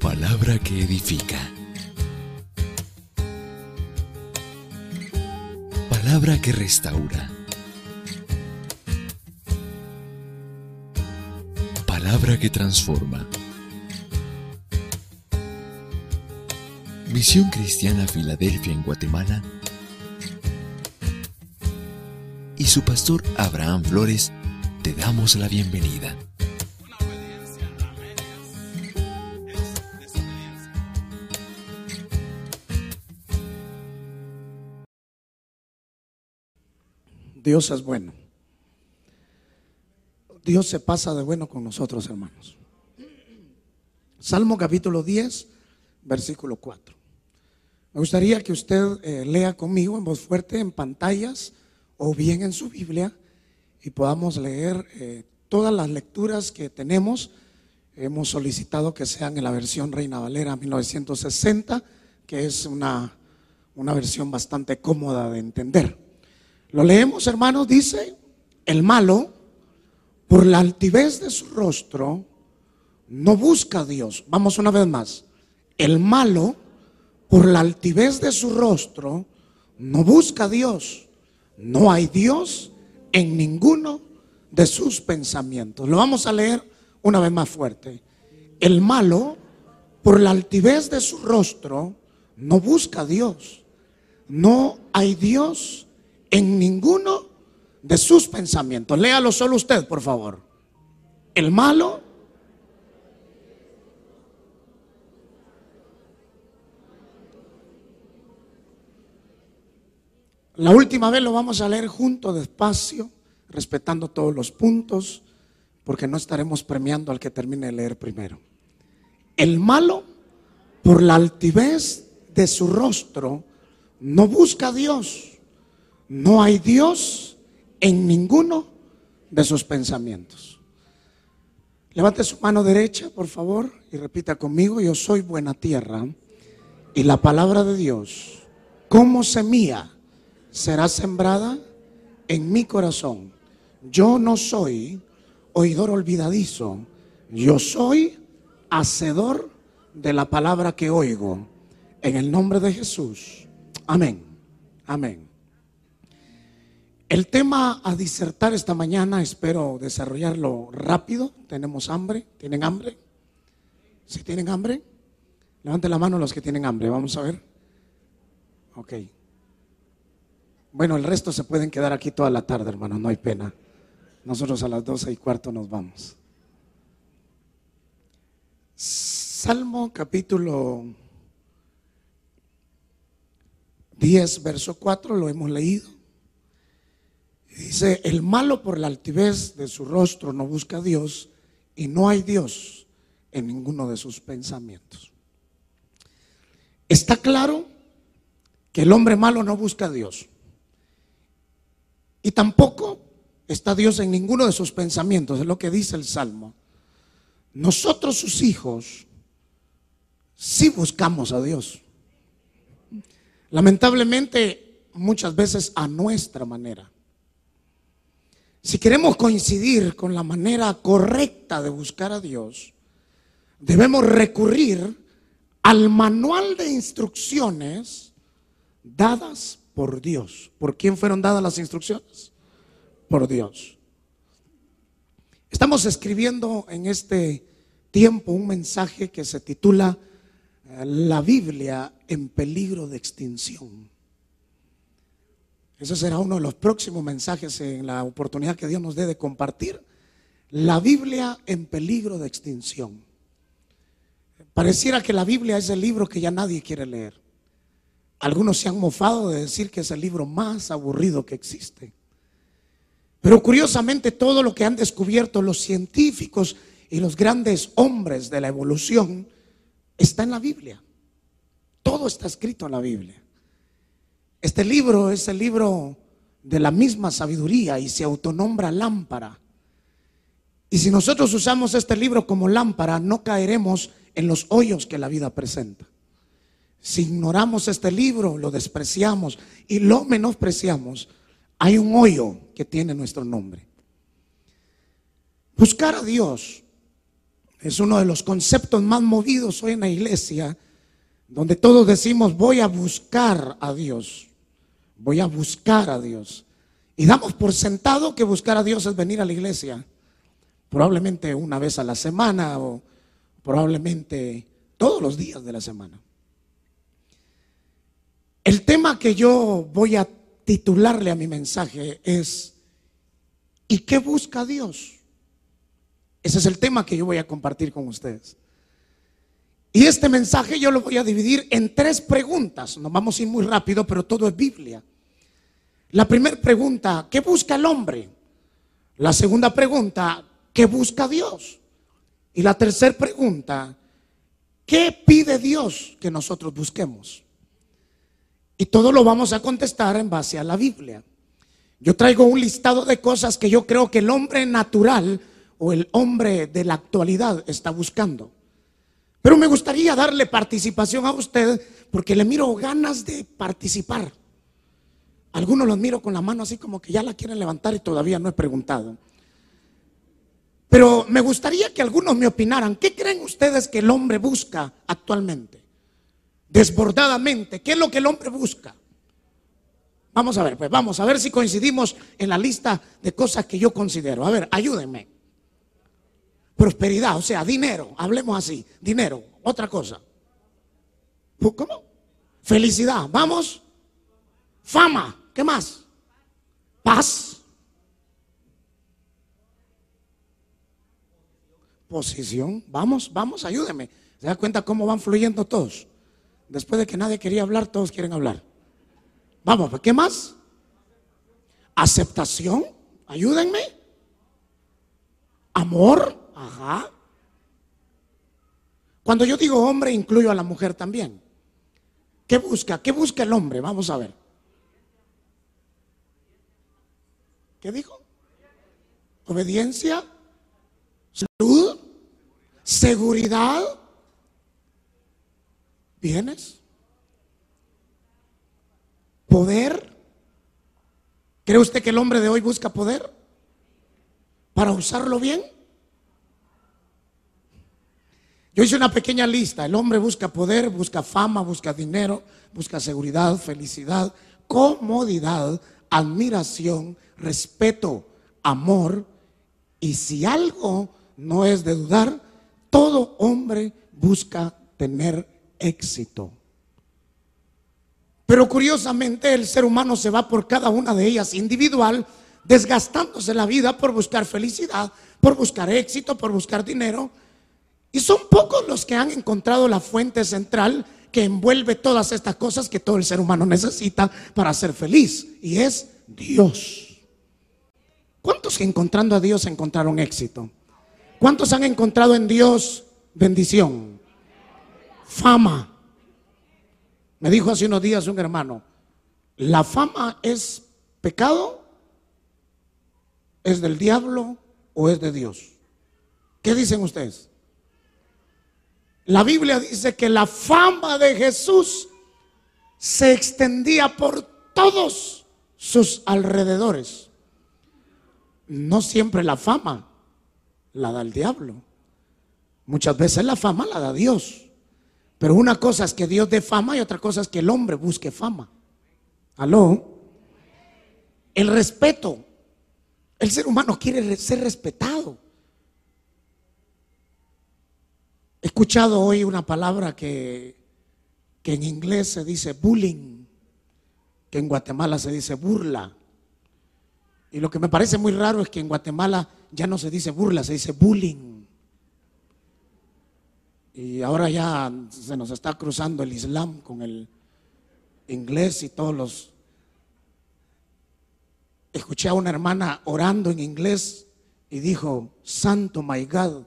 Palabra que edifica. Palabra que restaura. Palabra que transforma. Misión Cristiana Filadelfia en Guatemala y su pastor Abraham Flores te damos la bienvenida. Dios es bueno. Dios se pasa de bueno con nosotros, hermanos. Salmo capítulo 10, versículo 4. Me gustaría que usted lea conmigo en voz fuerte en pantallas o bien en su Biblia y podamos leer todas las lecturas que tenemos. Hemos solicitado que sean en la versión Reina Valera 1960, que es una versión bastante cómoda de entender. Lo leemos, hermanos. Dice: el malo, por la altivez de su rostro, no busca a Dios. Vamos una vez más. El malo, por la altivez de su rostro, no busca a Dios. No hay Dios en ninguno de sus pensamientos. Lo vamos a leer una vez más fuerte. El malo, por la altivez de su rostro, no busca a Dios. No hay Dios en ninguno de sus pensamientos. Léalo solo usted, por favor. El malo, la última vez lo vamos a leer junto, despacio, respetando todos los puntos, porque no estaremos premiando al que termine de leer primero. El malo, por la altivez de su rostro, no busca a Dios. No hay Dios en ninguno de sus pensamientos. Levante su mano derecha, por favor, y repita conmigo: yo soy buena tierra, y la palabra de Dios, como semilla, será sembrada en mi corazón. Yo no soy oidor olvidadizo, yo soy hacedor de la palabra que oigo. En el nombre de Jesús. Amén. Amén. El tema a disertar esta mañana, espero desarrollarlo rápido. ¿Tenemos hambre? ¿Tienen hambre? ¿Sí tienen hambre? Levanten la mano los que tienen hambre, vamos a ver. Ok. Bueno, el resto se pueden quedar aquí toda la tarde, hermanos, no hay pena. Nosotros a las 12:15 nos vamos. Salmo capítulo 10, verso 4, lo hemos leído. Dice: el malo, por la altivez de su rostro, no busca a Dios, y no hay Dios en ninguno de sus pensamientos. Está claro que el hombre malo no busca a Dios, y tampoco está Dios en ninguno de sus pensamientos. Es lo que dice el Salmo. Nosotros, sus hijos, sí buscamos a Dios. Lamentablemente, muchas veces a nuestra manera. Si queremos coincidir con la manera correcta de buscar a Dios, debemos recurrir al manual de instrucciones dadas por Dios. ¿Por quién fueron dadas las instrucciones? Por Dios. Estamos escribiendo en este tiempo un mensaje que se titula La Biblia en peligro de extinción. Ese será uno de los próximos mensajes en la oportunidad que Dios nos dé de compartir. La Biblia en peligro de extinción. Pareciera que la Biblia es el libro que ya nadie quiere leer. Algunos se han mofado de decir que es el libro más aburrido que existe. Pero curiosamente, todo lo que han descubierto los científicos y los grandes hombres de la evolución está en la Biblia. Todo está escrito en la Biblia. Este libro es el libro de la misma sabiduría y se autonombra lámpara. Y si nosotros usamos este libro como lámpara, no caeremos en los hoyos que la vida presenta. Si ignoramos este libro, lo despreciamos y lo menospreciamos, hay un hoyo que tiene nuestro nombre. Buscar a Dios Es uno de los conceptos más movidos hoy en la iglesia, donde todos decimos voy a buscar a Dios, voy a buscar a Dios. Y damos por sentado que buscar a Dios es venir a la iglesia, probablemente una vez a la semana o probablemente todos los días de la semana. El tema que yo voy a titularle a mi mensaje es ¿y qué busca Dios? Ese es el tema que yo voy a compartir con ustedes. Y este mensaje yo lo voy a dividir en 3 preguntas. Nos vamos a ir muy rápido, pero todo es Biblia. La primera pregunta, ¿qué busca el hombre? La segunda pregunta, ¿qué busca Dios? Y la tercera pregunta, ¿qué pide Dios que nosotros busquemos? Y todo lo vamos a contestar en base a la Biblia. Yo traigo un listado de cosas que yo creo que el hombre natural o el hombre de la actualidad está buscando. Pero me gustaría darle participación a usted porque le miro ganas de participar. Algunos los miro con la mano así como que ya la quieren levantar y todavía no he preguntado. Pero me gustaría que algunos me opinaran. ¿Qué creen ustedes que el hombre busca actualmente? Desbordadamente, ¿qué es lo que el hombre busca? Vamos a ver, pues vamos a ver si coincidimos en la lista de cosas que yo considero. A ver, ayúdenme. Prosperidad, o sea, dinero, hablemos así, dinero, otra cosa. ¿Cómo? Felicidad, vamos. Fama, ¿qué más? Paz. Posición, vamos, ayúdenme. ¿Se da cuenta cómo van fluyendo todos? Después de que nadie quería hablar, todos quieren hablar. Vamos, ¿qué más? Aceptación, ayúdenme. Amor, ajá. Cuando yo digo hombre, incluyo a la mujer también. ¿Qué busca? ¿Qué busca el hombre? Vamos a ver. ¿Qué dijo? Obediencia, salud, seguridad, bienes, poder. ¿Cree usted que el hombre de hoy busca poder para usarlo bien? Yo hice una pequeña lista. El hombre busca poder, busca fama, busca dinero, busca seguridad, felicidad, comodidad, admiración, respeto, amor. Y si algo no es de dudar, todo hombre busca tener éxito. Pero curiosamente el ser humano se va por cada una de ellas individual, desgastándose la vida por buscar felicidad, por buscar éxito, por buscar dinero. Y son pocos los que han encontrado la fuente central que envuelve todas estas cosas que todo el ser humano necesita para ser feliz, y es Dios. ¿Cuántos que encontrando a Dios encontraron éxito? ¿Cuántos han encontrado en Dios bendición? Fama. Me dijo hace unos días un hermano, ¿la fama es pecado? ¿Es del diablo o es de Dios? ¿Qué dicen ustedes? La Biblia dice que la fama de Jesús se extendía por todos sus alrededores. No siempre la fama la da el diablo. Muchas veces la fama la da Dios. Pero una cosa es que Dios dé fama y otra cosa es que el hombre busque fama. ¿Aló? El respeto. El ser humano quiere ser respetado. He escuchado hoy una palabra que en inglés se dice bullying, que en Guatemala se dice burla. Y lo que me parece muy raro es que en Guatemala ya no se dice burla, se dice bullying. Y ahora ya se nos está cruzando el Islam con el inglés y todos los... Escuché a una hermana orando en inglés y dijo, Santo my God.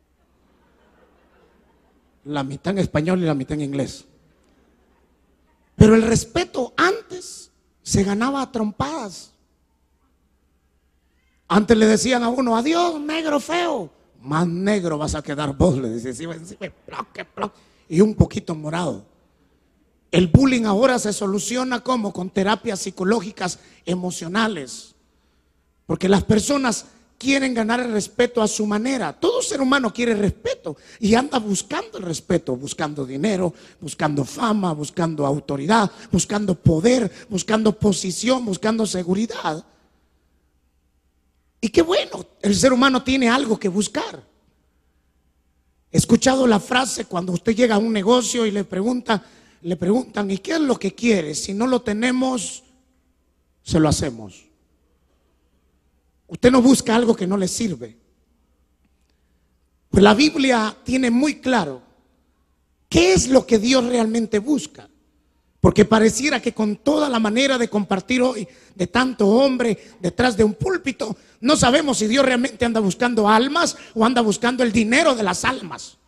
La mitad en español y la mitad en inglés. Pero el respeto antes se ganaba a trompadas. Antes le decían a uno, adiós, negro feo. Más negro vas a quedar vos, le decía, y un poquito morado. El bullying ahora se soluciona como con terapias psicológicas emocionales, porque las personas quieren ganar el respeto a su manera. Todo ser humano quiere respeto y anda buscando el respeto, buscando dinero, buscando fama, buscando autoridad, buscando poder, buscando posición, buscando seguridad. Y qué bueno, el ser humano tiene algo que buscar. He escuchado la frase cuando usted llega a un negocio y le preguntan, ¿y qué es lo que quiere? Si no lo tenemos, se lo hacemos. Usted no busca algo que no le sirve. Pues la Biblia tiene muy claro qué es lo que Dios realmente busca. Porque pareciera que con toda la manera de compartir hoy de tanto hombre detrás de un púlpito, no sabemos si Dios realmente anda buscando almas o anda buscando el dinero de las almas.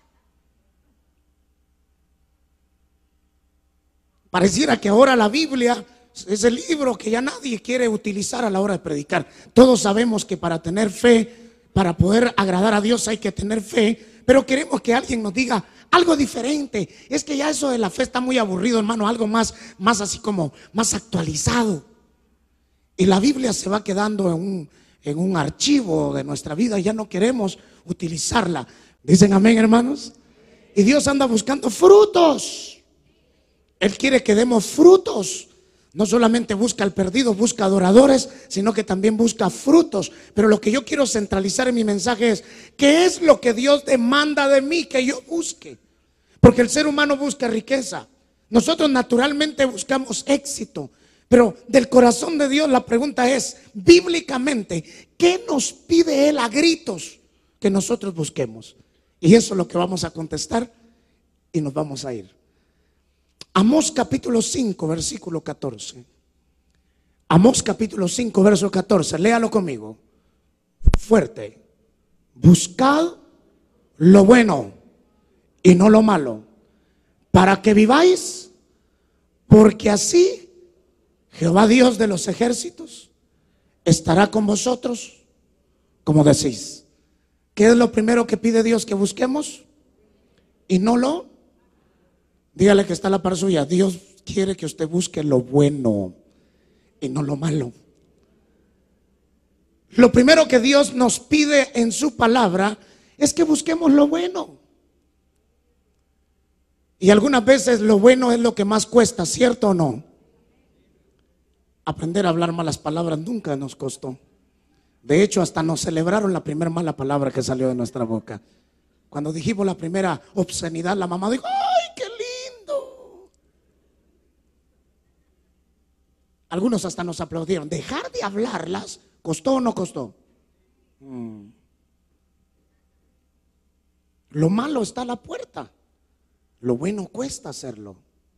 Pareciera que ahora la Biblia es el libro que ya nadie quiere utilizar a la hora de predicar. Todos sabemos que para tener fe, para poder agradar a Dios hay que tener fe, pero queremos que alguien nos diga algo diferente. Es que ya eso de la fe está muy aburrido, hermano, algo más así como más actualizado. Y la Biblia se va quedando en un archivo de nuestra vida y ya no queremos utilizarla. ¿Dicen amén, hermanos? Y Dios anda buscando frutos. Él quiere que demos frutos. No solamente busca al perdido, busca adoradores, sino que también busca frutos. Pero lo que yo quiero centralizar en mi mensaje es: ¿qué es lo que Dios demanda de mí que yo busque? Porque el ser humano busca riqueza. Nosotros naturalmente buscamos éxito. Pero del corazón de Dios la pregunta es, bíblicamente, ¿qué nos pide Él a gritos que nosotros busquemos? Y eso es lo que vamos a contestar y nos vamos a ir. Amós capítulo 5, versículo 14. Amós capítulo 5, verso 14. Léalo conmigo. Fuerte. Buscad lo bueno y no lo malo, para que viváis, porque así Jehová Dios de los ejércitos estará con vosotros, como decís. ¿Qué es lo primero que pide Dios que busquemos? Y no lo... Dígale que está a la par suya: Dios quiere que usted busque lo bueno y no lo malo. Lo primero que Dios nos pide en su palabra es que busquemos lo bueno. Y algunas veces lo bueno es lo que más cuesta, ¿cierto o no? Aprender a hablar malas palabras nunca nos costó. De hecho, hasta nos celebraron la primera mala palabra que salió de nuestra boca. Cuando dijimos la primera obscenidad, la mamá dijo: ¡ay, qué lindo! Algunos hasta nos aplaudieron. Dejar de hablarlas, ¿costó o no costó? Lo malo está a la puerta. Lo bueno cuesta hacerlo.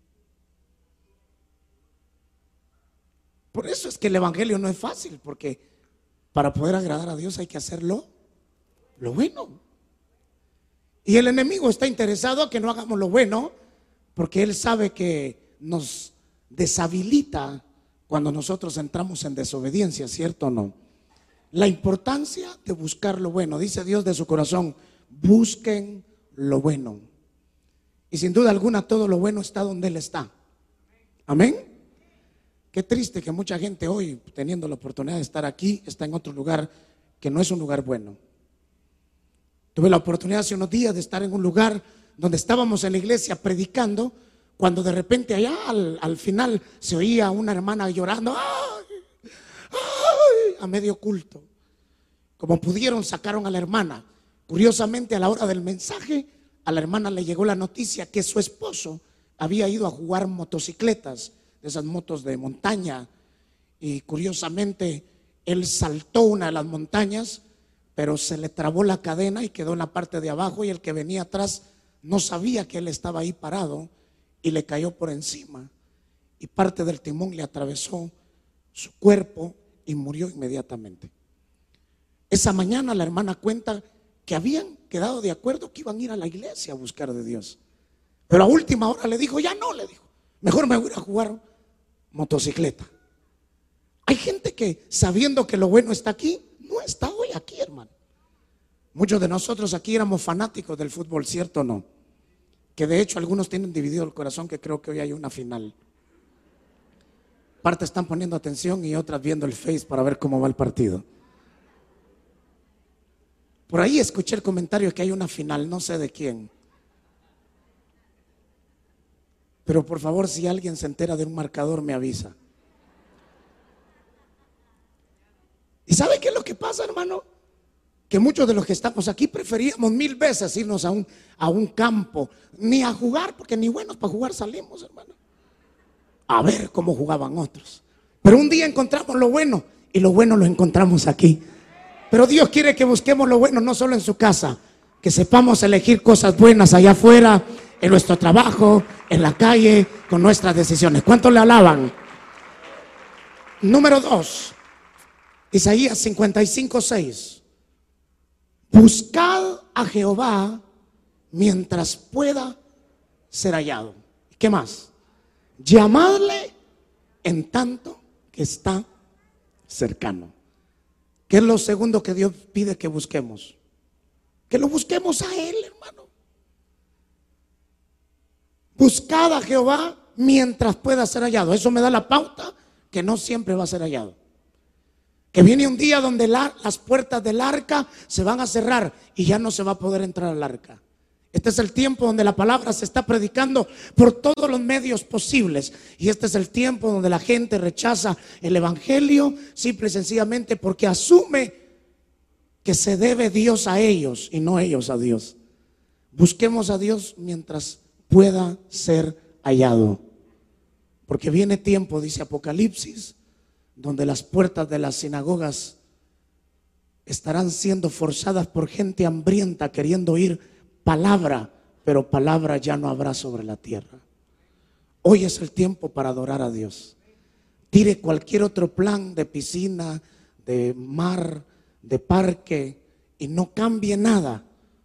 Por eso es que el evangelio no es fácil, porque para poder agradar a Dios hay que hacerlo lo bueno. Y el enemigo está interesado a que no hagamos lo bueno, porque él sabe que nos deshabilita cuando nosotros entramos en desobediencia, ¿cierto o no? La importancia de buscar lo bueno. Dice Dios de su corazón: busquen lo bueno. Y sin duda alguna todo lo bueno está donde Él está. Amén. Qué triste que mucha gente hoy, teniendo la oportunidad de estar aquí, está en otro lugar que no es un lugar bueno. Tuve la oportunidad hace unos días de estar en un lugar donde estábamos en la iglesia predicando, cuando de repente allá al final se oía una hermana llorando, ¡ay! ¡Ay! A medio culto. Como pudieron, sacaron a la hermana. Curiosamente, a la hora del mensaje, a la hermana le llegó la noticia que su esposo había ido a jugar motocicletas, de esas motos de montaña, y curiosamente él saltó una de las montañas, pero se le trabó la cadena y quedó en la parte de abajo, y el que venía atrás no sabía que él estaba ahí parado y le cayó por encima, y parte del timón le atravesó su cuerpo y murió inmediatamente. Esa mañana la hermana cuenta que habían quedado de acuerdo que iban a ir a la iglesia a buscar de Dios, pero a última hora le dijo: ya no, le dijo, mejor me voy a ir a jugar motocicleta. Hay gente que, sabiendo que lo bueno está aquí, no está hoy aquí, hermano. Muchos de nosotros aquí éramos fanáticos del fútbol, ¿cierto o no? Que de hecho algunos tienen dividido el corazón, que creo que hoy hay una final. Parte están poniendo atención y otras viendo el Face para ver cómo va el partido. Por ahí escuché el comentario que hay una final, no sé de quién. Pero por favor, si alguien se entera de un marcador, me avisa. ¿Y sabe qué es lo que pasa, hermano? Que muchos de los que estamos aquí preferíamos 1000 veces irnos a un campo, ni a jugar, porque ni buenos para jugar salimos, hermano. A ver cómo jugaban otros. Pero un día encontramos lo bueno, y lo bueno lo encontramos aquí. Pero Dios quiere que busquemos lo bueno no solo en su casa, que sepamos elegir cosas buenas allá afuera, en nuestro trabajo, en la calle, con nuestras decisiones. ¿Cuántos le alaban? Número 2, Isaías 55:6. Buscad a Jehová mientras pueda ser hallado. ¿Qué más? Llamadle en tanto que está cercano. ¿Qué es lo segundo que Dios pide que busquemos? Que lo busquemos a Él, hermano. Buscad a Jehová mientras pueda ser hallado. Eso me da la pauta que no siempre va a ser hallado. Que viene un día donde las puertas del arca se van a cerrar y ya no se va a poder entrar al arca. Este es el tiempo donde la palabra se está predicando por todos los medios posibles. Y este es el tiempo donde la gente rechaza el evangelio simple y sencillamente porque asume que se debe Dios a ellos y no ellos a Dios. Busquemos a Dios mientras pueda ser hallado. Porque viene tiempo, dice Apocalipsis, donde las puertas de las sinagogas estarán siendo forzadas por gente hambrienta queriendo oír palabra, pero palabra ya no habrá sobre la tierra. Hoy es el tiempo para adorar a Dios. Tire cualquier otro plan de piscina, de mar, de parque y no cambie nada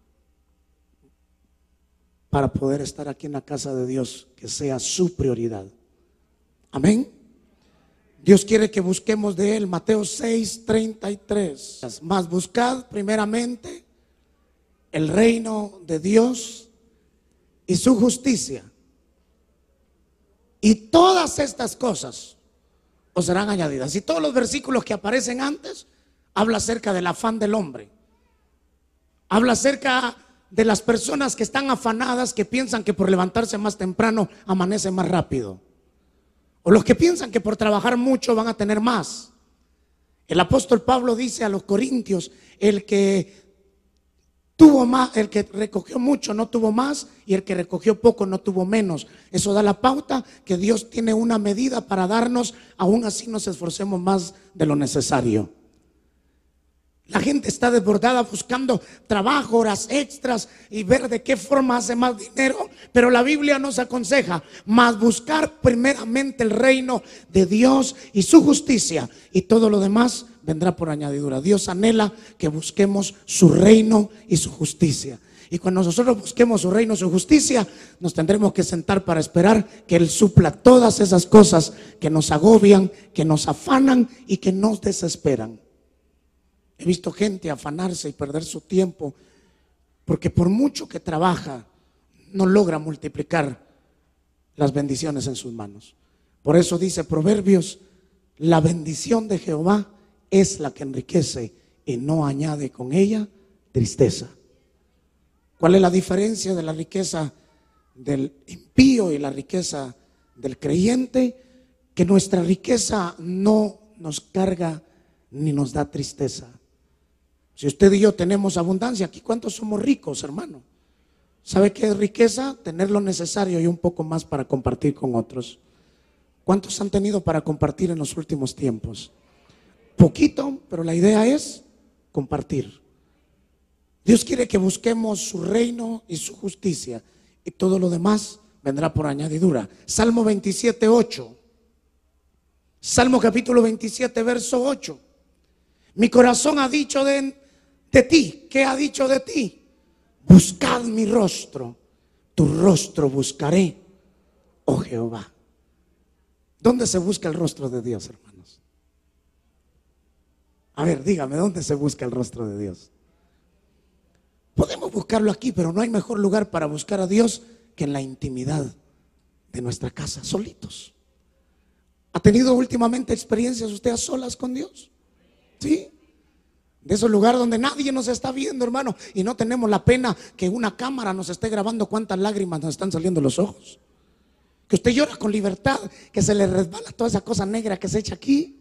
para poder estar aquí en la casa de Dios, que sea su prioridad. Amén. Dios quiere que busquemos de Él. Mateo 6:33. Mas buscad primeramente el reino de Dios y su justicia, y todas estas cosas os serán añadidas. Y todos los versículos que aparecen antes habla acerca del afán del hombre. Habla acerca de las personas que están afanadas, que piensan que por levantarse más temprano amanece más rápido. O los que piensan que por trabajar mucho van a tener más. El apóstol Pablo dice a los corintios: el que tuvo más, el que recogió mucho no tuvo más, y el que recogió poco no tuvo menos. Eso da la pauta que Dios tiene una medida para darnos, aún así nos esforcemos más de lo necesario. La gente está desbordada buscando trabajo, horas extras y ver de qué forma hace más dinero. Pero la Biblia nos aconseja más buscar primeramente el reino de Dios y su justicia, y todo lo demás vendrá por añadidura. Dios anhela que busquemos su reino y su justicia. Y cuando nosotros busquemos su reino y su justicia, nos tendremos que sentar para esperar que Él supla todas esas cosas que nos agobian, que nos afanan y que nos desesperan. He visto gente afanarse y perder su tiempo porque por mucho que trabaja no logra multiplicar las bendiciones en sus manos. Por eso dice Proverbios: la bendición de Jehová es la que enriquece y no añade con ella tristeza. ¿Cuál es la diferencia de la riqueza del impío y la riqueza del creyente? Que nuestra riqueza no nos carga ni nos da tristeza. Si usted y yo tenemos abundancia, aquí ¿cuántos somos ricos, hermano? ¿Sabe qué es riqueza? Tener lo necesario y un poco más para compartir con otros. ¿Cuántos han tenido para compartir en los últimos tiempos? Poquito, pero la idea es compartir. Dios quiere que busquemos su reino y su justicia, y todo lo demás vendrá por añadidura. Salmo 27:8. Salmo capítulo 27, verso 8. Mi corazón ha dicho de ti. ¿Qué ha dicho de ti? Buscad mi rostro, tu rostro buscaré, oh Jehová. ¿Dónde se busca el rostro de Dios, hermanos? A ver, dígame, ¿dónde se busca el rostro de Dios? Podemos buscarlo aquí, pero no hay mejor lugar para buscar a Dios que en la intimidad de nuestra casa, solitos. ¿Ha tenido últimamente experiencias usted a solas con Dios? ¿Sí? De esos lugares donde nadie nos está viendo, hermano, y no tenemos la pena que una cámara nos esté grabando cuántas lágrimas nos están saliendo de los ojos. Que usted llora con libertad, que se le resbala toda esa cosa negra que se echa aquí.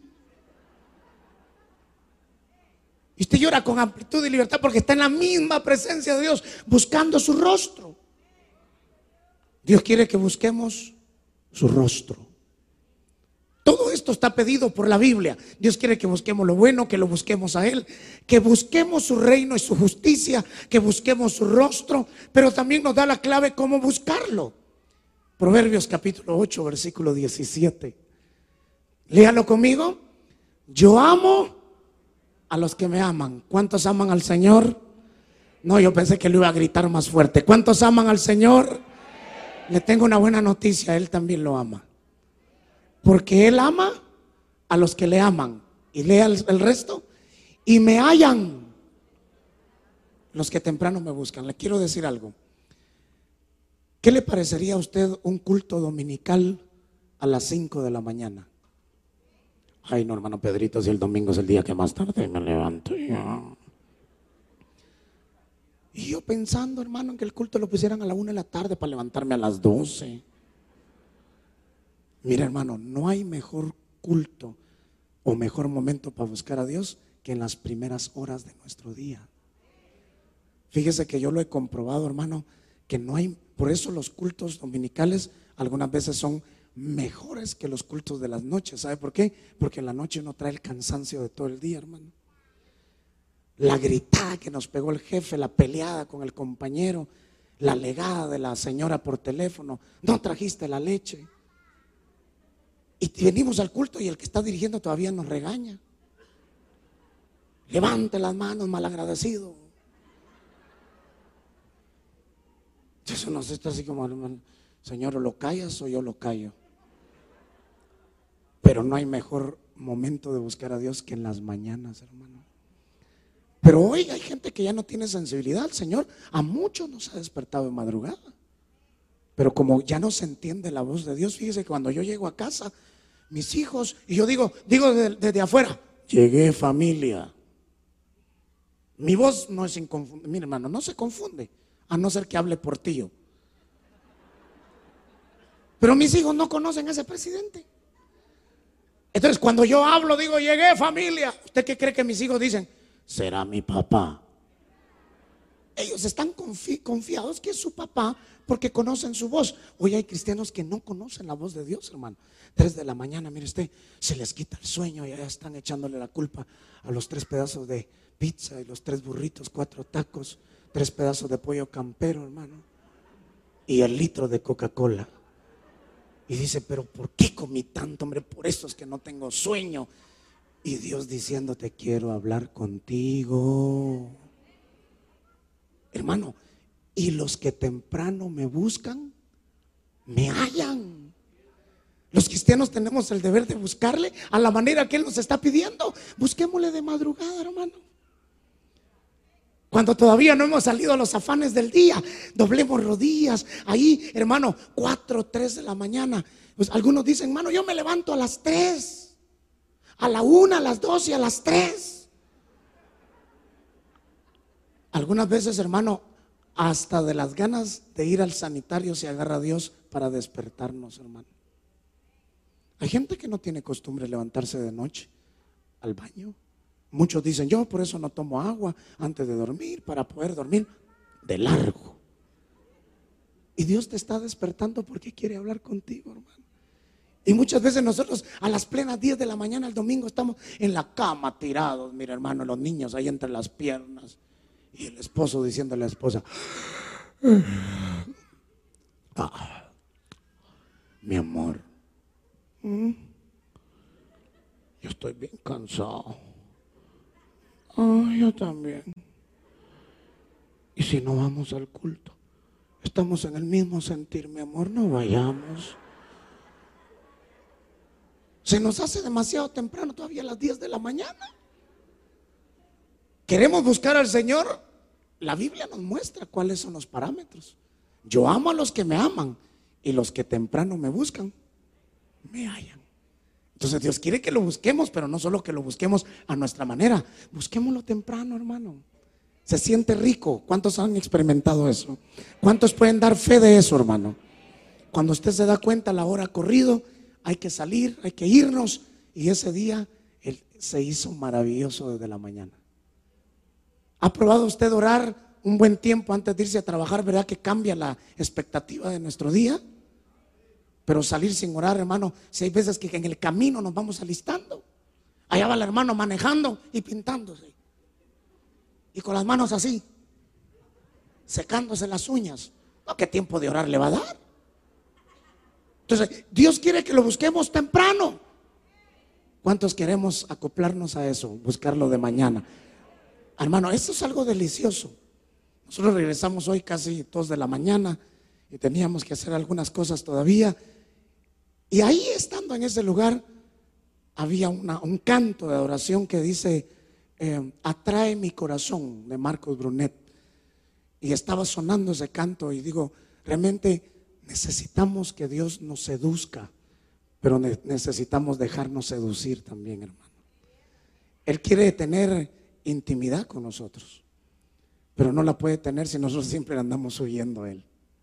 Y usted llora con amplitud y libertad porque está en la misma presencia de Dios, buscando su rostro. Dios quiere que busquemos su rostro. Todo esto está pedido por la Biblia. Dios quiere que busquemos lo bueno, que lo busquemos a Él, que busquemos su reino y su justicia, que busquemos su rostro, pero también nos da la clave cómo buscarlo. Proverbios capítulo 8, versículo 17. Léalo conmigo. Yo amo a los que me aman. ¿Cuántos aman al Señor? No, yo pensé que lo iba a gritar más fuerte. ¿Cuántos aman al Señor? Le tengo una buena noticia, Él también lo ama. Porque Él ama a los que le aman. Y lea el resto. Y me hallan los que temprano me buscan. Le quiero decir algo. ¿Qué le parecería a usted un culto dominical a las 5 de la mañana? Ay, no, hermano Pedrito, si el domingo es el día que más tarde me levanto. Y yo pensando, hermano, en que el culto lo pusieran a la 1 de la tarde para levantarme a las 12. Mira, hermano, no hay mejor culto o mejor momento para buscar a Dios que en las primeras horas de nuestro día. Fíjese que yo lo he comprobado, hermano, que no hay, por eso los cultos dominicales algunas veces son mejores que los cultos de las noches. ¿Sabe por qué? Porque en la noche uno trae el cansancio de todo el día, hermano. La gritada que nos pegó el jefe, la peleada con el compañero, la alegada de la señora por teléfono, no trajiste la leche. Y venimos al culto y el que está dirigiendo todavía nos regaña. Levante las manos, malagradecido. Eso nos está así como, Señor, o lo callas o yo lo callo. Pero no hay mejor momento de buscar a Dios que en las mañanas, hermano. Pero hoy hay gente que ya no tiene sensibilidad. El Señor a muchos nos ha despertado de madrugada. Pero como ya no se entiende la voz de Dios, fíjese que cuando yo llego a casa, mis hijos, y yo digo desde afuera, llegué, familia. Mi voz no es inconfundible. Mire, hermano, no se confunde, a no ser que hable por tío. Pero mis hijos no conocen a ese presidente. Entonces cuando yo hablo, digo, llegué, familia. ¿Usted qué cree que mis hijos dicen? Será mi papá. Ellos están confiados que es su papá porque conocen su voz. Hoy hay cristianos que no conocen la voz de Dios, hermano. 3 de la mañana, mire usted, se les quita el sueño y ya están echándole la culpa a los 3 pedazos de pizza y los 3 burritos, 4 tacos, 3 pedazos de pollo campero, hermano, y el litro de Coca-Cola. Y dice, pero ¿por qué comí tanto, hombre? Por eso es que no tengo sueño. Y Dios diciéndote, quiero hablar contigo. Hermano, y los que temprano me buscan, me hallan. Los cristianos tenemos el deber de buscarle a la manera que Él nos está pidiendo. Busquémosle de madrugada, hermano. Cuando todavía no hemos salido a los afanes del día, doblemos rodillas. Ahí, hermano, 4, 3 de la mañana. Pues algunos dicen, hermano, yo me levanto a las 3, a la 1, a las 2 y a las 3. Algunas veces, hermano, hasta de las ganas de ir al sanitario se agarra a Dios para despertarnos, hermano. Hay gente que no tiene costumbre de levantarse de noche al baño. Muchos dicen, yo por eso no tomo agua antes de dormir, para poder dormir de largo. Y Dios te está despertando porque quiere hablar contigo, hermano. Y muchas veces nosotros a las plenas 10 de la mañana el domingo estamos en la cama tirados, mira, hermano, los niños ahí entre las piernas. Y el esposo diciendo a la esposa, mi amor, yo estoy bien cansado. Yo también. Y si no vamos al culto, estamos en el mismo sentir, mi amor, no vayamos. Se nos hace demasiado temprano, todavía a las 10 de la mañana. ¿Queremos buscar al Señor? La Biblia nos muestra cuáles son los parámetros. Yo amo a los que me aman y los que temprano me buscan, me hallan. Entonces Dios quiere que lo busquemos, pero no solo que lo busquemos a nuestra manera. Busquémoslo temprano, hermano. Se siente rico. ¿Cuántos han experimentado eso? ¿Cuántos pueden dar fe de eso, hermano? Cuando usted se da cuenta, la hora ha corrido, hay que salir, hay que irnos. Y ese día se hizo maravilloso desde la mañana. ¿Ha probado usted orar un buen tiempo antes de irse a trabajar? ¿Verdad que cambia la expectativa de nuestro día? Pero salir sin orar, hermano, si hay veces que en el camino nos vamos alistando. Allá va el hermano manejando y pintándose. Y con las manos así, secándose las uñas. No, ¿qué tiempo de orar le va a dar? Entonces, Dios quiere que lo busquemos temprano. ¿Cuántos queremos acoplarnos a eso? Buscarlo de mañana. Hermano, esto es algo delicioso. Nosotros regresamos hoy casi 2 de la mañana y teníamos que hacer algunas cosas todavía. Y ahí, estando en ese lugar, había un canto de adoración que dice atrae mi corazón, de Marcos Brunet. Y estaba sonando ese canto y digo, realmente necesitamos que Dios nos seduzca, pero necesitamos dejarnos seducir también, hermano. Él quiere tener intimidad con nosotros, pero no la puede tener si nosotros siempre andamos huyendo a Él.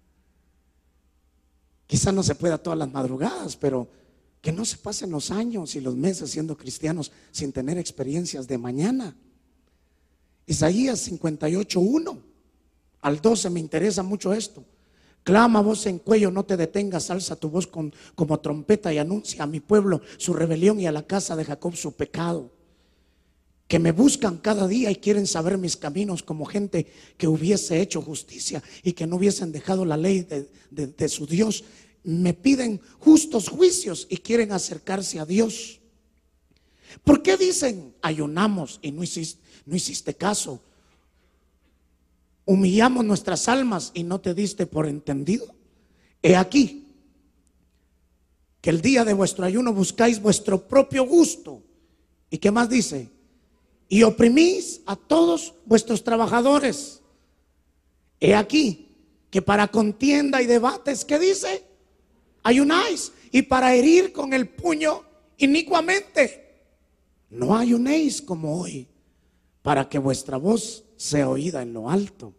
Quizás no se pueda todas las madrugadas, pero que no se pasen los años y los meses siendo cristianos sin tener experiencias de mañana. Isaías 58:1 al 12, me interesa mucho esto. Clama voz en cuello, no te detengas, alza tu voz como trompeta y anuncia a mi pueblo su rebelión y a la casa de Jacob su pecado. Que me buscan cada día y quieren saber mis caminos, como gente que hubiese hecho justicia y que no hubiesen dejado la ley de su Dios. Me piden justos juicios y quieren acercarse a Dios. ¿Por qué dicen ayunamos y no hiciste caso? Humillamos nuestras almas y no te diste por entendido. He aquí que el día de vuestro ayuno buscáis vuestro propio gusto. ¿Y qué más dice? Y oprimís a todos vuestros trabajadores. He aquí que para contienda y debates, ¿qué dice? Ayunáis, y para herir con el puño inicuamente. No ayunéis como hoy, para que vuestra voz sea oída en lo alto.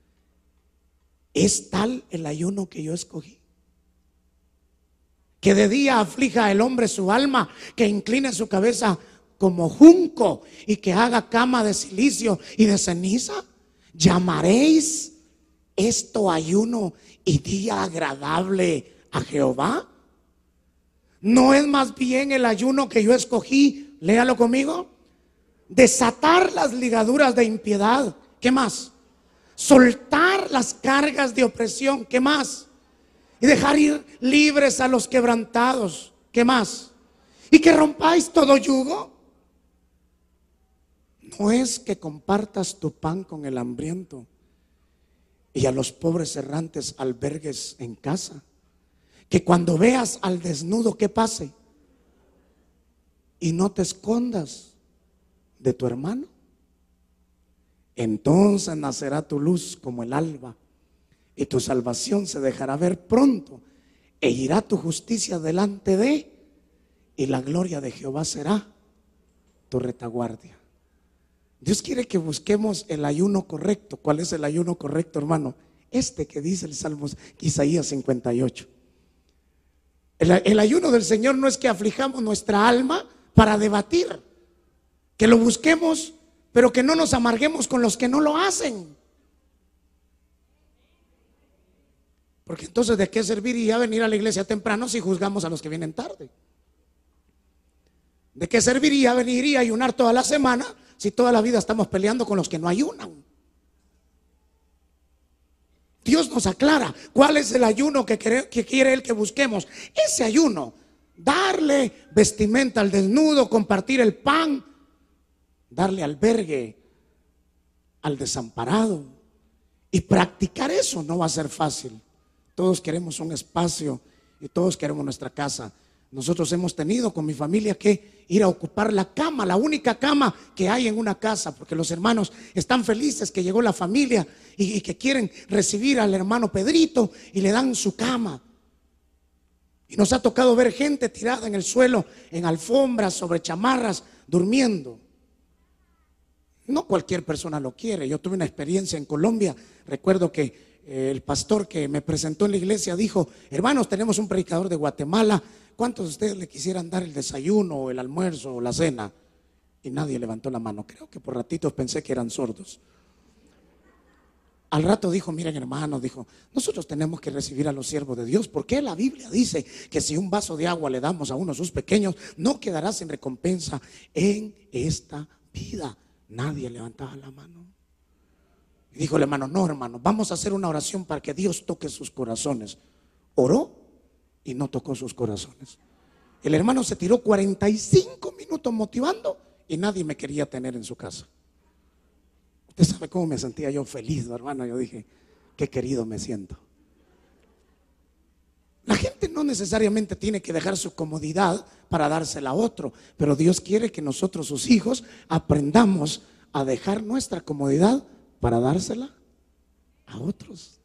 ¿Es tal el ayuno que yo escogí? Que de día aflija el hombre su alma, que incline su cabeza como junco y que haga cama de silicio y de ceniza. ¿Llamaréis esto ayuno y día agradable a Jehová? ¿No es más bien el ayuno que yo escogí? Léalo conmigo. Desatar las ligaduras de impiedad. ¿Qué más? Soltar las cargas de opresión. ¿Qué más? Y dejar ir libres a los quebrantados. ¿Qué más? Y que rompáis todo yugo. No es que compartas tu pan con el hambriento y a los pobres errantes albergues en casa. Que cuando veas al desnudo, ¿qué pase? Y no te escondas de tu hermano. Entonces nacerá tu luz como el alba y tu salvación se dejará ver pronto, e irá tu justicia delante de, y la gloria de Jehová será tu retaguardia. Dios quiere que busquemos el ayuno correcto. ¿Cuál es el ayuno correcto, hermano? Este que dice el Salmo Isaías 58. El ayuno del Señor no es que aflijamos nuestra alma para debatir, que lo busquemos, pero que no nos amarguemos con los que no lo hacen. Porque entonces, ¿de qué serviría venir a la iglesia temprano si juzgamos a los que vienen tarde? ¿De qué serviría venir y ayunar toda la semana si toda la vida estamos peleando con los que no ayunan? Dios nos aclara cuál es el ayuno que quiere Él que busquemos. Ese ayuno, darle vestimenta al desnudo, compartir el pan, darle albergue al desamparado. Y practicar eso no va a ser fácil. Todos queremos un espacio y todos queremos nuestra casa. Nosotros hemos tenido con mi familia que ir a ocupar la cama, la única cama que hay en una casa, porque los hermanos están felices que llegó la familia y que quieren recibir al hermano Pedrito y le dan su cama. Y nos ha tocado ver gente tirada en el suelo, en alfombras, sobre chamarras, durmiendo. No cualquier persona lo quiere. Yo tuve una experiencia en Colombia. Recuerdo que el pastor que me presentó en la iglesia dijo: hermanos, tenemos un predicador de Guatemala. ¿Cuántos de ustedes le quisieran dar el desayuno o el almuerzo o la cena? Y nadie levantó la mano. Creo que por ratitos pensé que eran sordos. Al rato dijo: miren, hermanos, dijo, nosotros tenemos que recibir a los siervos de Dios, porque la Biblia dice que si un vaso de agua le damos a uno de sus pequeños, no quedará sin recompensa en esta vida. Nadie levantaba la mano. Y dijo el hermano: no, hermano, vamos a hacer una oración para que Dios toque sus corazones. Oró y no tocó sus corazones. El hermano se tiró 45 minutos motivando y nadie me quería tener en su casa. Usted sabe cómo me sentía yo feliz, hermano. Yo dije: qué querido me siento. La gente no necesariamente tiene que dejar su comodidad para dársela a otro, pero Dios quiere que nosotros, sus hijos, aprendamos a dejar nuestra comodidad para dársela a otros.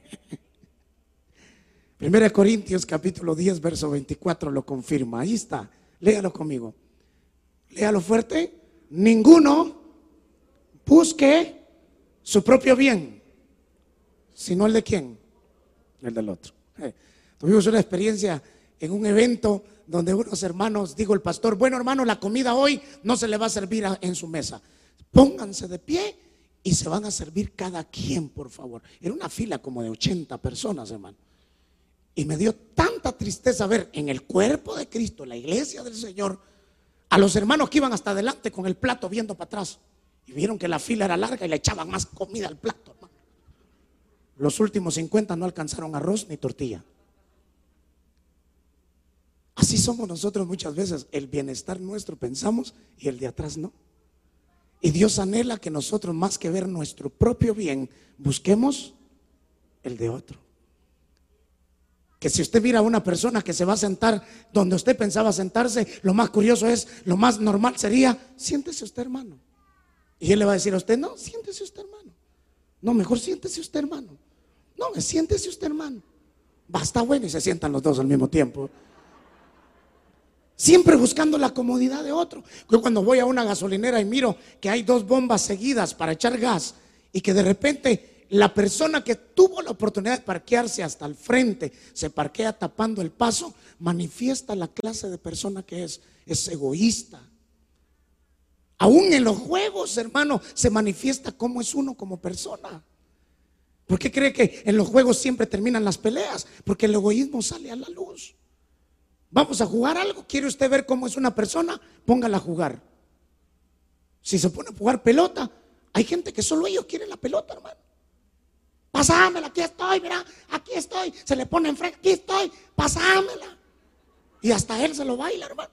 1 Corintios capítulo 10 verso 24 lo confirma. Ahí está, léalo conmigo. Léalo fuerte. Ninguno busque su propio bien, sino el de quién, el del otro. Tuvimos una experiencia en un evento donde unos hermanos, dijo el pastor: bueno, hermano, la comida hoy no se le va a servir en su mesa. Pónganse de pie y se van a servir cada quien, por favor. Era una fila como de 80 personas, hermano. Y me dio tanta tristeza ver en el cuerpo de Cristo, la iglesia del Señor, a los hermanos que iban hasta adelante con el plato viendo para atrás. Y vieron que la fila era larga y le echaban más comida al plato, hermano. Los últimos 50 no alcanzaron arroz ni tortilla. Así somos nosotros muchas veces. El bienestar nuestro pensamos y el de atrás no. Y Dios anhela que nosotros, más que ver nuestro propio bien, busquemos el de otro. Que si usted mira a una persona que se va a sentar donde usted pensaba sentarse, lo más curioso es, lo más normal sería: siéntese usted, hermano. Y él le va a decir a usted: no, siéntese usted, hermano. No, mejor siéntese usted, hermano. No, siéntese usted, hermano. Basta, bueno, y se sientan los dos al mismo tiempo. Siempre buscando la comodidad de otro. Yo cuando voy a una gasolinera y miro que hay dos bombas seguidas para echar gas, y que de repente la persona que tuvo la oportunidad de parquearse hasta el frente se parquea tapando el paso, manifiesta la clase de persona que es egoísta. Aún en los juegos, hermano, se manifiesta cómo es uno como persona. ¿Por qué cree que en los juegos siempre terminan las peleas? Porque el egoísmo sale a la luz. Vamos a jugar algo. ¿Quiere usted ver cómo es una persona? Póngala a jugar. Si se pone a jugar pelota, hay gente que solo ellos quieren la pelota, hermano. Pasámela, aquí estoy, mira, aquí estoy. Se le pone enfrente: aquí estoy, pasámela. Y hasta él se lo baila, hermano.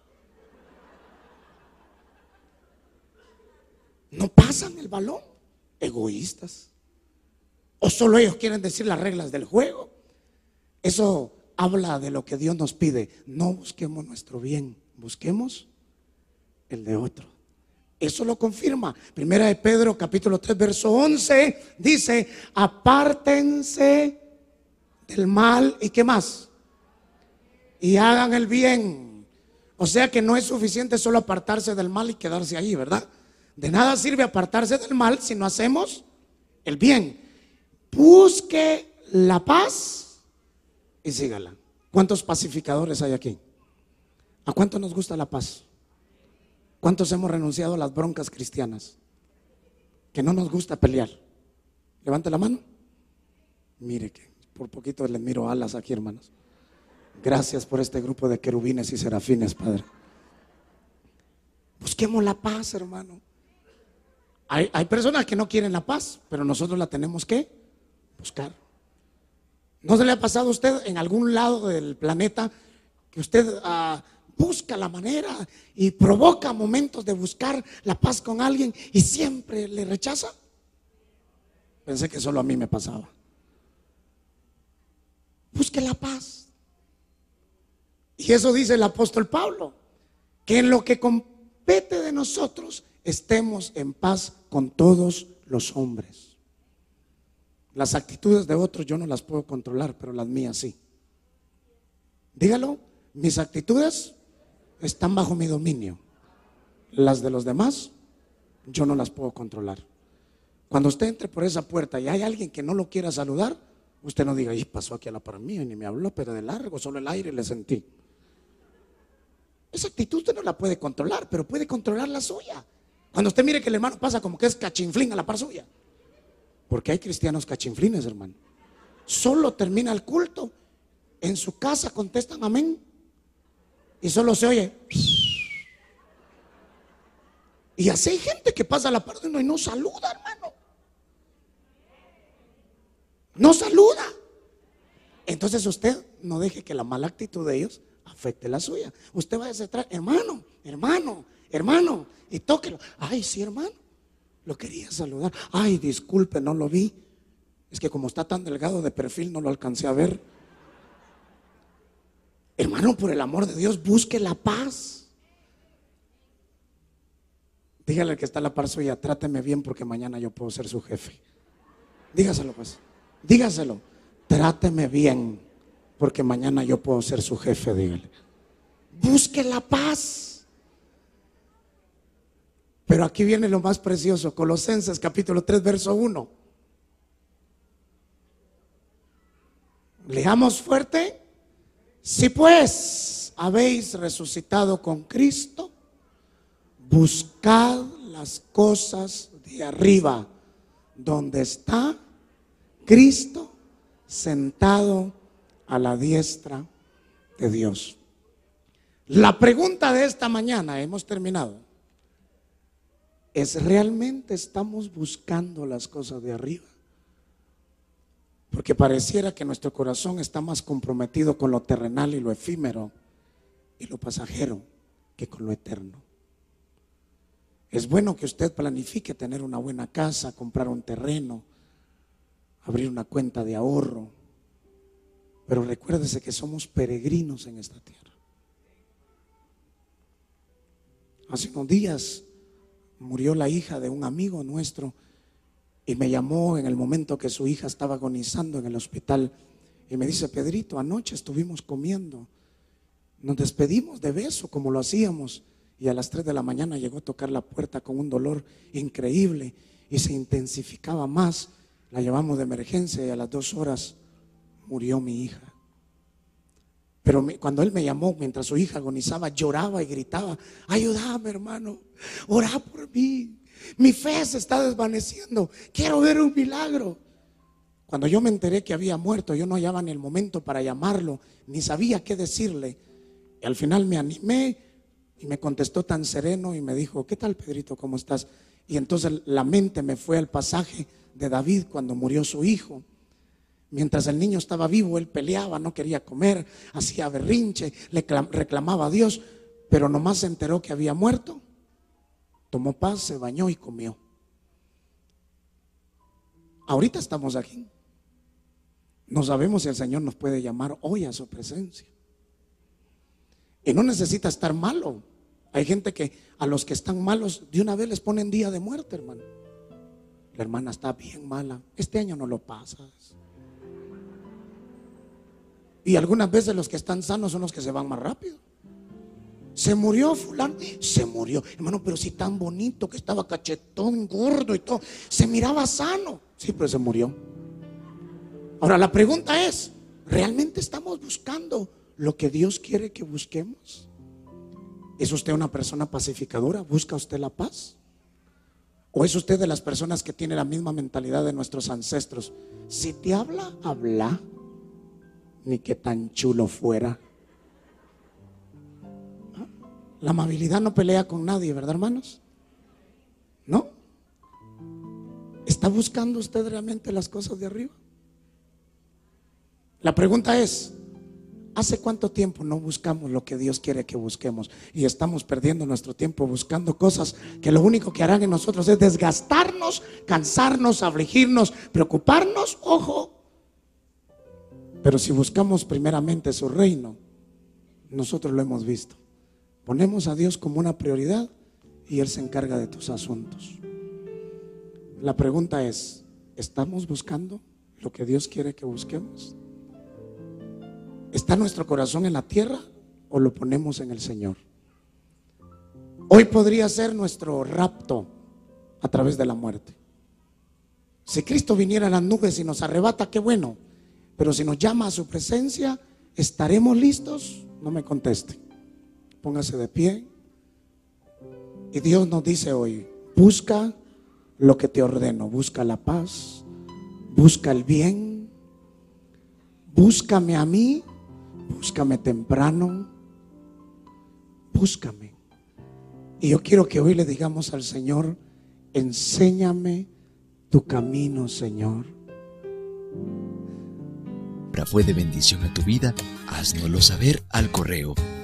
No pasan el balón. Egoístas. O solo ellos quieren decir las reglas del juego. Eso habla de lo que Dios nos pide. No busquemos nuestro bien, busquemos el de otro. Eso lo confirma Primera de Pedro capítulo 3 verso 11. Dice: apártense del mal. ¿Y qué más? Y hagan el bien. O sea que no es suficiente solo apartarse del mal y quedarse ahí, ¿verdad? De nada sirve apartarse del mal si no hacemos el bien. Busque la paz y sígala. ¿Cuántos pacificadores hay aquí? ¿A cuánto nos gusta la paz? ¿Cuántos hemos renunciado a las broncas cristianas? Que no nos gusta pelear. Levante la mano. Mire que por poquito les miro alas aquí, hermanos. Gracias por este grupo de querubines y serafines, Padre. Busquemos la paz, hermano. Hay personas que no quieren la paz, pero nosotros la tenemos que buscar. ¿No se le ha pasado a usted en algún lado del planeta que usted busca la manera y provoca momentos de buscar la paz con alguien y siempre le rechaza? Pensé que solo a mí me pasaba. Busque la paz. Y eso dice el apóstol Pablo, que en lo que compete de nosotros estemos en paz con todos los hombres. Las actitudes de otros yo no las puedo controlar, pero las mías sí. Dígalo, mis actitudes están bajo mi dominio. Las de los demás, yo no las puedo controlar. Cuando usted entre por esa puerta y hay alguien que no lo quiera saludar, usted no diga, y pasó aquí a la par mía y ni me habló, pero de largo, solo el aire le sentí. Esa actitud usted no la puede controlar, pero puede controlar la suya. Cuando usted mire que el hermano pasa como que es cachinflín a la par suya. Porque hay cristianos cachinflines, hermano. Solo termina el culto, en su casa contestan amén y solo se oye. Y así hay gente que pasa a la par de uno y no saluda, hermano. No saluda. Entonces usted no deje que la mala actitud de ellos afecte la suya. Usted va a atrás, hermano, hermano, hermano, y tóquelo. Ay, sí, hermano, lo quería saludar. Ay, disculpe, no lo vi. Es que como está tan delgado de perfil no lo alcancé a ver. Hermano, por el amor de Dios, busque la paz. Dígale al que está a la par suya, tráteme bien porque mañana yo puedo ser su jefe. Dígaselo pues, dígaselo, tráteme bien porque mañana yo puedo ser su jefe, dígale. Busque la paz. Pero aquí viene lo más precioso, Colosenses capítulo 3, verso 1. Leamos fuerte. Si pues habéis resucitado con Cristo, buscad las cosas de arriba, donde está Cristo sentado a la diestra de Dios. La pregunta de esta mañana, hemos terminado, es: ¿realmente estamos buscando las cosas de arriba? Porque pareciera que nuestro corazón está más comprometido con lo terrenal y lo efímero y lo pasajero que con lo eterno. Es bueno que usted planifique tener una buena casa, comprar un terreno, abrir una cuenta de ahorro, pero recuérdese que somos peregrinos en esta tierra. Hace unos días murió la hija de un amigo nuestro y me llamó en el momento que su hija estaba agonizando en el hospital y me dice: Pedrito, anoche estuvimos comiendo, nos despedimos de beso como lo hacíamos, y a las 3 de la mañana llegó a tocar la puerta con un dolor increíble y se intensificaba más. La llevamos de emergencia y a las 2 horas murió mi hija. Pero cuando él me llamó, mientras su hija agonizaba, lloraba y gritaba: ayúdame, hermano, orá por mí, mi fe se está desvaneciendo, quiero ver un milagro. Cuando yo me enteré que había muerto, yo no hallaba ni el momento para llamarlo, ni sabía qué decirle. Y al final me animé y me contestó tan sereno y me dijo: ¿qué tal, Pedrito? ¿Cómo estás? Y entonces la mente me fue al pasaje de David cuando murió su hijo. Mientras el niño estaba vivo, él peleaba, no quería comer, hacía berrinche, le reclamaba a Dios, pero nomás se enteró que había muerto, tomó paz, se bañó y comió. Ahorita estamos aquí. No sabemos si el Señor nos puede llamar hoy a su presencia. Y no necesita estar malo. Hay gente que a los que están malos de una vez les ponen día de muerte, hermano. La hermana está bien mala, este año no lo pasas. Y algunas veces los que están sanos son los que se van más rápido. Se murió fulano, se murió, hermano, pero si tan bonito que estaba, cachetón, gordo y todo, se miraba sano. Sí, pero se murió. Ahora la pregunta es: ¿realmente estamos buscando lo que Dios quiere que busquemos? ¿Es usted una persona pacificadora? ¿Busca usted la paz? ¿O es usted de las personas que tiene la misma mentalidad de nuestros ancestros? Si te habla, habla, ni que tan chulo fuera. La amabilidad no pelea con nadie, ¿verdad, hermanos? ¿No? ¿Está buscando usted realmente las cosas de arriba? La pregunta es: ¿hace cuánto tiempo no buscamos lo que Dios quiere que busquemos? Y estamos perdiendo nuestro tiempo buscando cosas que lo único que harán en nosotros es desgastarnos, cansarnos, afligirnos, preocuparnos. Ojo. Pero si buscamos primeramente su reino, nosotros lo hemos visto. Ponemos a Dios como una prioridad y Él se encarga de tus asuntos. La pregunta es: ¿estamos buscando lo que Dios quiere que busquemos? ¿Está nuestro corazón en la tierra o lo ponemos en el Señor? Hoy podría ser nuestro rapto a través de la muerte. Si Cristo viniera en las nubes y nos arrebata, qué bueno. Pero si nos llama a su presencia, ¿estaremos listos? No me conteste. Póngase de pie. Y Dios nos dice hoy: busca lo que te ordeno. Busca la paz, busca el bien, búscame a mí, búscame temprano, búscame. Y yo quiero que hoy le digamos al Señor: enséñame tu camino, Señor. Fue de bendición a tu vida, háznoslo saber al correo